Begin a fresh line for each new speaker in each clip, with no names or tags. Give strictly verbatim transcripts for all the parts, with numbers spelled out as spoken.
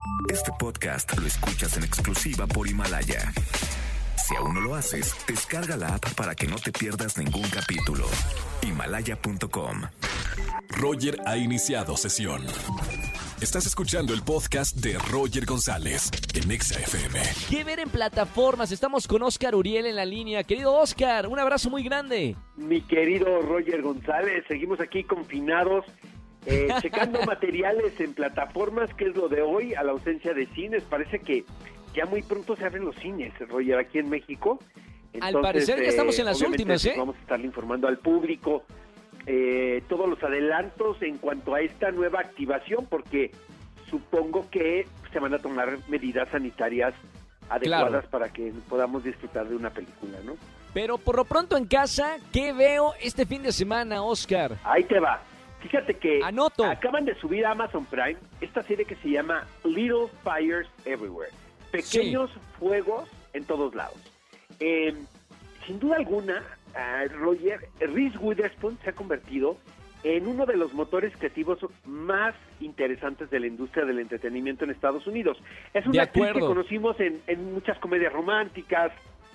Este podcast lo escuchas en exclusiva por Himalaya. Si aún no lo haces, descarga la app para que no te pierdas ningún capítulo. Himalaya punto com.
Roger ha iniciado sesión. Estás escuchando el podcast de Roger González en Exa F M.
¿Qué ver en plataformas? Estamos con Oscar Uriel en la línea. Querido Oscar, un abrazo muy grande.
Mi querido Roger González, seguimos aquí confinados, eh, checando materiales en plataformas, que es lo de hoy, a la ausencia de cines. Parece que ya muy pronto se abren los cines, Roger, aquí en México.
Entonces, al parecer ya estamos en las últimas, ¿eh?
Vamos a estarle informando al público eh, todos los adelantos en cuanto a esta nueva activación, porque supongo que se van a tomar medidas sanitarias adecuadas, claro, para que podamos disfrutar de una película, ¿no?
Pero por lo pronto en casa, ¿qué veo este fin de semana, Oscar?
Ahí te va. Fíjate que
Anoto.
acaban de subir a Amazon Prime esta serie que se llama Little Fires Everywhere. Pequeños sí. fuegos en todos lados. Eh, sin duda alguna, uh, Roger, Reese Witherspoon se ha convertido en uno de los motores creativos más interesantes de la industria del entretenimiento en Estados Unidos. Es una actriz que conocimos en, en muchas comedias románticas.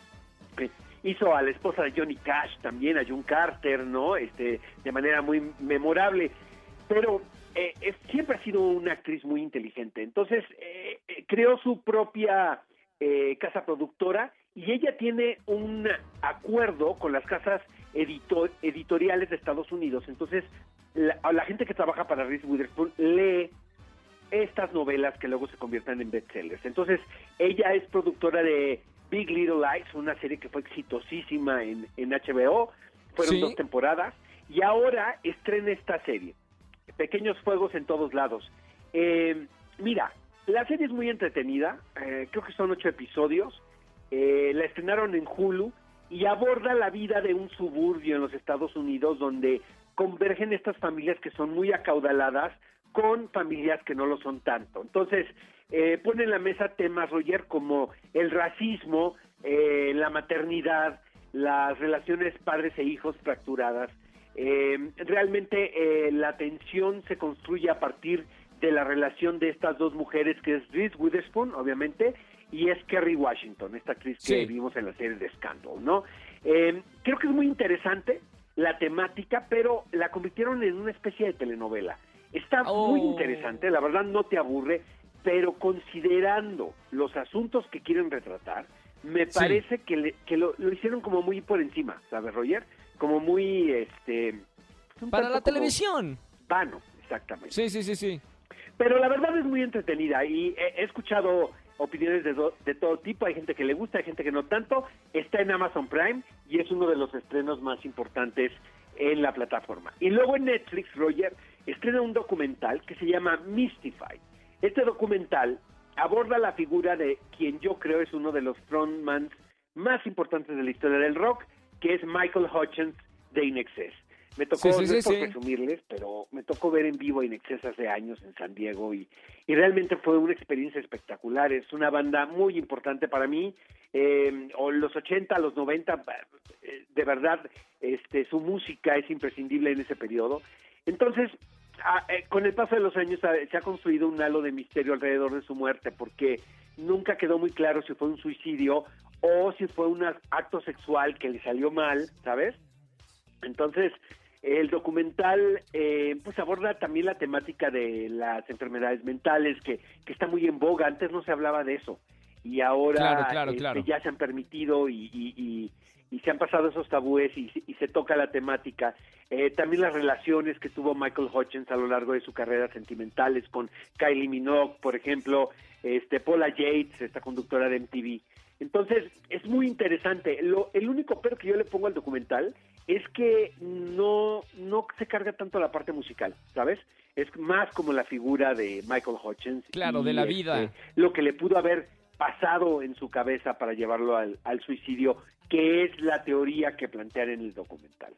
Eh, hizo a la esposa de Johnny Cash también, a June Carter, ¿no? Este, de manera muy memorable. Pero eh, es, siempre ha sido una actriz muy inteligente. Entonces, eh, eh, creó su propia eh, casa productora y ella tiene un acuerdo con las casas editor, editoriales de Estados Unidos. Entonces, la, la gente que trabaja para Reese Witherspoon lee estas novelas que luego se convierten en bestsellers. Entonces, ella es productora de Big Little Lies, una serie que fue exitosísima en, en H B O, fueron ¿Sí? dos temporadas, y ahora estrena esta serie, Pequeños Fuegos en Todos Lados. Eh, mira, la serie es muy entretenida, eh, creo que son ocho episodios, eh, la estrenaron en Hulu, y aborda la vida de un suburbio en los Estados Unidos, donde convergen estas familias que son muy acaudaladas con familias que no lo son tanto. Entonces, eh, pone en la mesa temas, Roger, como el racismo, eh, la maternidad, las relaciones padres e hijos fracturadas. Eh, realmente eh, la tensión se construye a partir de la relación de estas dos mujeres, que es Reese Witherspoon, obviamente, y es Kerry Washington, esta actriz que sí. vimos en la serie de Scandal, ¿no? Eh, creo que es muy interesante la temática, pero la convirtieron en una especie de telenovela. Está oh. muy interesante, la verdad no te aburre, pero considerando los asuntos que quieren retratar, me parece sí. que, le, que lo, lo hicieron como muy por encima, ¿sabes, Roger? Como muy, este...
Para la televisión.
Vano, exactamente.
Sí, sí, sí, sí.
Pero la verdad es muy entretenida y he, he escuchado opiniones de, do, de todo tipo, hay gente que le gusta, hay gente que no tanto. Está en Amazon Prime y es uno de los estrenos más importantes en la plataforma. Y luego en Netflix, Roger, estrena un documental que se llama Mystified. Este documental aborda la figura de quien yo creo es uno de los frontmans más importantes de la historia del rock, que es Michael Hutchence de In Excess. Me tocó, sí, sí, no sí, es por sí. presumirles, pero me tocó ver en vivo In Excess hace años en San Diego y, y realmente fue una experiencia espectacular. Es una banda muy importante para mí, eh, o los ochenta, los noventa, eh, de verdad, este, su música es imprescindible en ese periodo. Entonces, a, eh, con el paso de los años a, se ha construido un halo de misterio alrededor de su muerte, porque nunca quedó muy claro si fue un suicidio o si fue un acto sexual que le salió mal, ¿sabes? Entonces, el documental eh, pues aborda también la temática de las enfermedades mentales, que, que está muy en boga. Antes no se hablaba de eso, y ahora
claro, claro,
este,
claro.
ya se han permitido y, y, y, y se han pasado esos tabúes y, y se toca la temática. Eh, también las relaciones que tuvo Michael Hutchence a lo largo de su carrera sentimentales con Kylie Minogue, por ejemplo, este Paula Yates, esta conductora de M T V. Entonces, es muy interesante. Lo, el único pero que yo le pongo al documental es que no, no se carga tanto la parte musical, ¿sabes? Es más como la figura de Michael Hutchence.
Claro,
y,
de la
este,
vida.
Lo que le pudo haber pasado en su cabeza para llevarlo al, al suicidio, que es la teoría que plantean en el documental.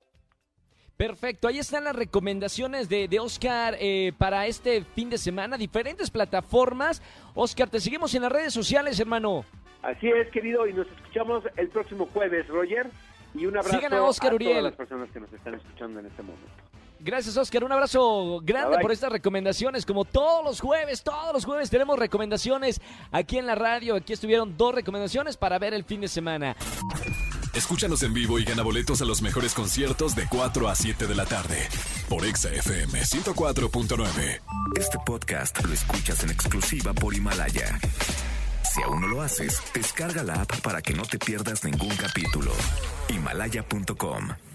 Perfecto, ahí están las recomendaciones de, de Oscar eh, para este fin de semana, diferentes plataformas. Oscar, te seguimos en las redes sociales, hermano.
Así es, querido, y nos escuchamos el próximo jueves, Roger. Y un abrazo
Sigan a Oscar
a
Uriel.
todas las personas que nos están escuchando en este momento.
Gracias, Oscar. Un abrazo grande
Bye, bye.
por estas recomendaciones. Como todos los jueves, todos los jueves tenemos recomendaciones aquí en la radio. Aquí estuvieron dos recomendaciones para ver el fin de semana.
Escúchanos en vivo y gana boletos a los mejores conciertos de cuatro a siete de la tarde por Exa F M ciento cuatro punto nueve.
Este podcast lo escuchas en exclusiva por Himalaya. Si aún no lo haces, descarga la app para que no te pierdas ningún capítulo. Himalaya punto com